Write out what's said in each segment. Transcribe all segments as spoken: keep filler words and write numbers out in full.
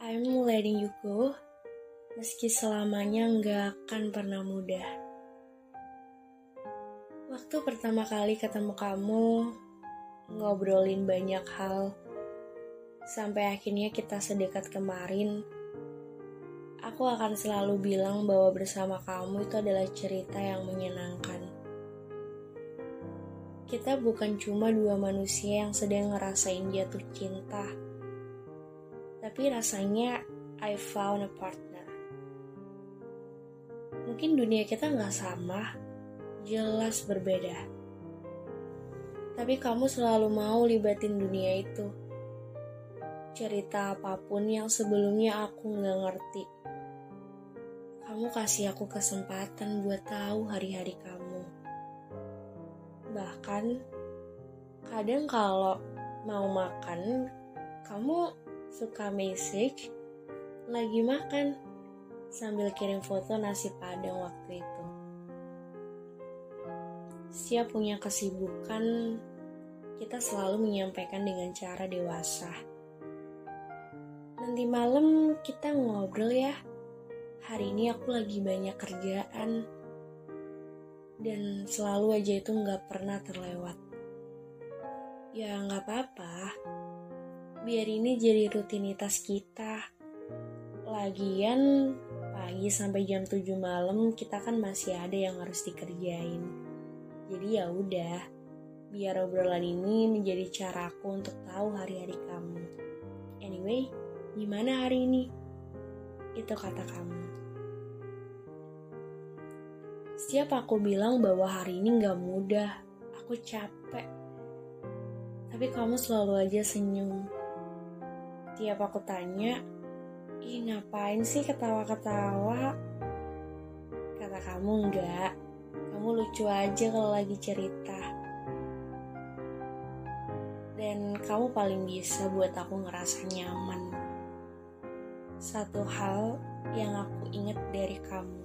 I'm letting you go, meski selamanya nggak akan pernah mudah. Waktu pertama kali ketemu kamu, ngobrolin banyak hal, sampai akhirnya kita sedekat kemarin, aku akan selalu bilang bahwa bersama kamu itu adalah cerita yang menyenangkan. Kita bukan cuma dua manusia yang sedang ngerasain jatuh cinta, tapi rasanya I found a partner. Mungkin dunia kita gak sama, jelas berbeda. Tapi kamu selalu mau libatin dunia itu. Cerita apapun yang sebelumnya aku gak ngerti. Kamu kasih aku kesempatan buat tahu hari-hari kamu. Bahkan, kadang kalau mau makan, kamu suka message lagi makan sambil kirim foto nasi padang waktu itu. Setiap punya kesibukan, kita selalu menyampaikan dengan cara dewasa. Nanti malam kita ngobrol ya. Hari ini aku lagi banyak kerjaan. Dan selalu aja itu gak pernah terlewat. Ya gak apa-apa. Biar ini jadi rutinitas kita. Lagian pagi sampai jam tujuh malam kita kan masih ada yang harus dikerjain. Jadi ya udah, biar obrolan ini menjadi caraku untuk tahu hari-hari kamu. Anyway, gimana hari ini? Itu kata kamu. Setiap aku bilang bahwa hari ini gak mudah, aku capek. Tapi kamu selalu aja senyum. Tiap aku tanya, ih ngapain sih ketawa-ketawa? Kata kamu enggak, kamu lucu aja kalau lagi cerita. Dan kamu paling bisa buat aku ngerasa nyaman. Satu hal yang aku ingat dari kamu.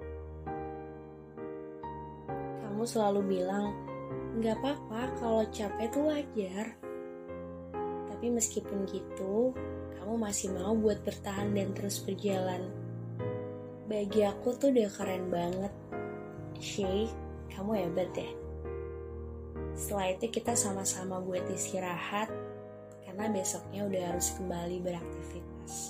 Kamu selalu bilang, gak apa-apa kalau capek tuh wajar. Tapi meskipun gitu, kamu masih mau buat bertahan dan terus berjalan. Bagi aku tuh udah keren banget. Shay, kamu hebat deh. Setelah itu kita sama-sama buat istirahat, karena besoknya udah harus kembali beraktivitas.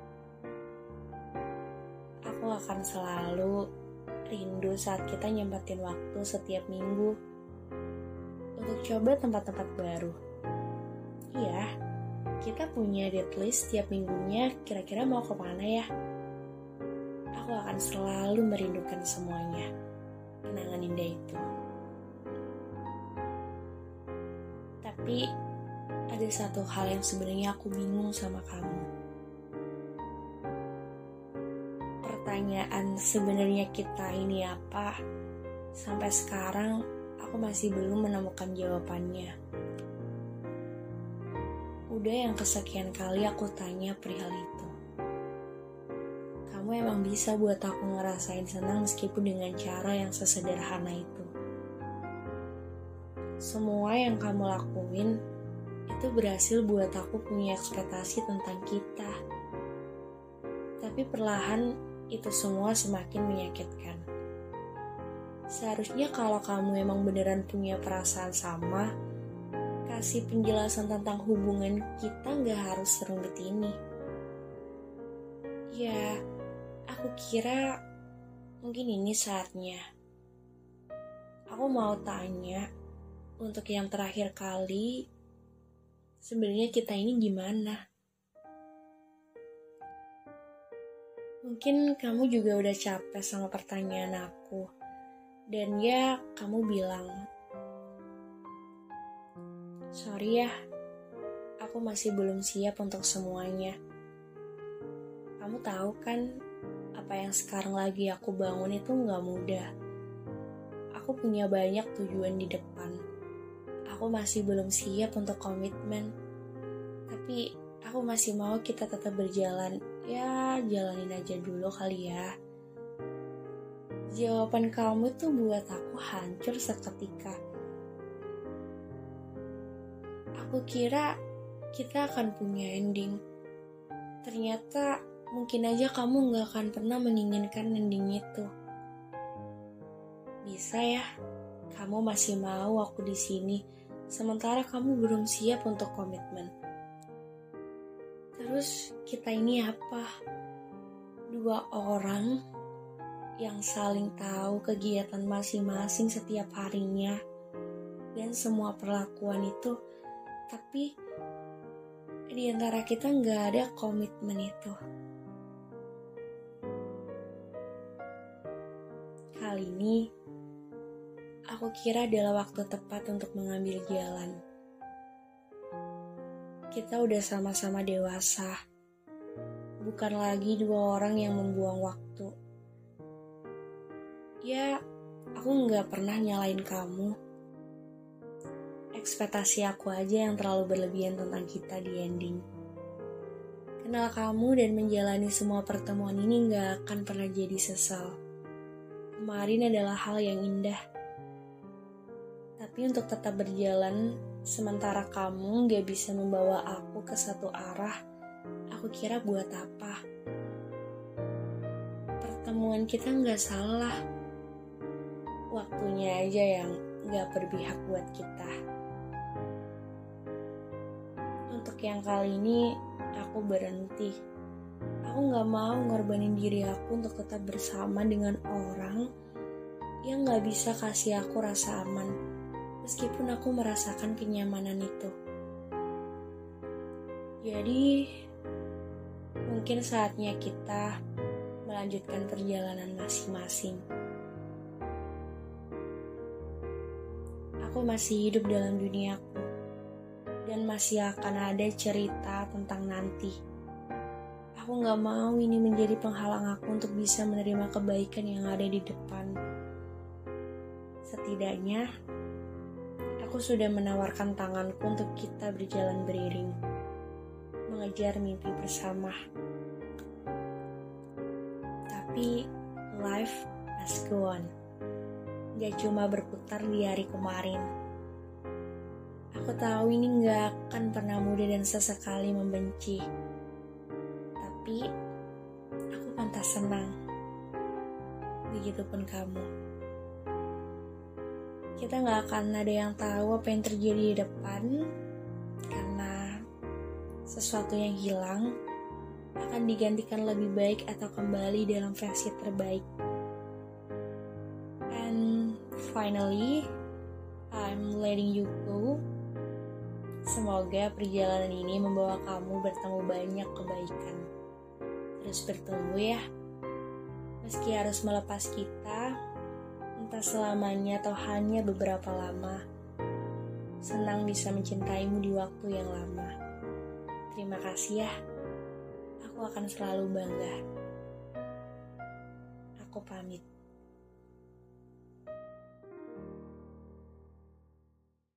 Aku akan selalu rindu saat kita nyempetin waktu setiap minggu untuk coba tempat-tempat baru. Iya, kita punya date list setiap minggunya kira-kira mau kemana ya? Aku akan selalu merindukan semuanya, kenangan indah itu. Tapi ada satu hal yang sebenarnya aku bingung sama kamu. Pertanyaan sebenarnya kita ini apa? Sampai sekarang aku masih belum menemukan jawabannya. Udah yang kesekian kali aku tanya perihal itu. Kamu emang bisa buat aku ngerasain senang meskipun dengan cara yang sesederhana itu. Semua yang kamu lakuin itu berhasil buat aku punya ekspektasi tentang kita. Tapi perlahan itu semua semakin menyakitkan. Seharusnya kalau kamu emang beneran punya perasaan sama, kasih penjelasan tentang hubungan kita gak harus serumit ini. Ya, aku kira mungkin ini saatnya. Aku mau tanya, untuk yang terakhir kali, sebenarnya kita ini gimana? Mungkin kamu juga udah capek sama pertanyaan aku. Dan ya, kamu bilang, sorry ya, aku masih belum siap untuk semuanya. Kamu tahu kan, apa yang sekarang lagi aku bangun itu gak mudah. Aku punya banyak tujuan di depan. Aku masih belum siap untuk komitmen. Tapi aku masih mau kita tetap berjalan. Ya, jalanin aja dulu kali ya. Jawaban kamu tuh buat aku hancur seketika. Aku kira kita akan punya ending. ternyata mungkin aja kamu gak akan pernah menginginkan ending itu. Bisa ya, kamu masih mau aku di sini, sementara kamu belum siap untuk komitmen. Terus kita ini apa? Dua orang yang saling tahu kegiatan masing-masing setiap harinya dan semua perlakuan itu, tapi di antara kita nggak ada komitmen itu. Kali ini, aku kira adalah waktu tepat untuk mengambil jalan. Kita udah sama-sama dewasa, bukan lagi dua orang yang membuang waktu. Ya, aku nggak pernah nyalain kamu. Ekspektasi aku aja yang terlalu berlebihan tentang kita di ending. Kenal kamu dan menjalani semua pertemuan ini gak akan pernah jadi sesal. Kemarin adalah hal yang indah. Tapi untuk tetap berjalan, sementara kamu gak bisa membawa aku ke satu arah, aku kira buat apa? Pertemuan kita gak salah. Waktunya aja yang gak berpihak buat kita. Untuk yang kali ini, aku berhenti. Aku gak mau ngorbanin diri aku untuk tetap bersama dengan orang yang gak bisa kasih aku rasa aman, meskipun aku merasakan kenyamanan itu. Jadi, mungkin saatnya kita melanjutkan perjalanan masing-masing. Aku masih hidup dalam duniaku. Dan masih akan ada cerita tentang nanti. Aku gak mau ini menjadi penghalang aku untuk bisa menerima kebaikan yang ada di depan. Setidaknya, aku sudah menawarkan tanganku untuk kita berjalan beriring, mengejar mimpi bersama. Tapi, life must go on. Gak cuma berputar di hari kemarin. Aku tahu ini gak akan pernah mudah dan sesekali membenci. Tapi, aku pantas senang. Begitupun kamu. Kita gak akan ada yang tahu apa yang terjadi di depan, karena sesuatu yang hilang akan digantikan lebih baik atau kembali dalam versi terbaik. And finally, I'm letting you go. Semoga perjalanan ini membawa kamu bertemu banyak kebaikan. Terus bertemu ya. Meski harus melepas kita, entah selamanya atau hanya beberapa lama. Senang bisa mencintaimu di waktu yang lama. Terima kasih ya. Aku akan selalu bangga. Aku pamit.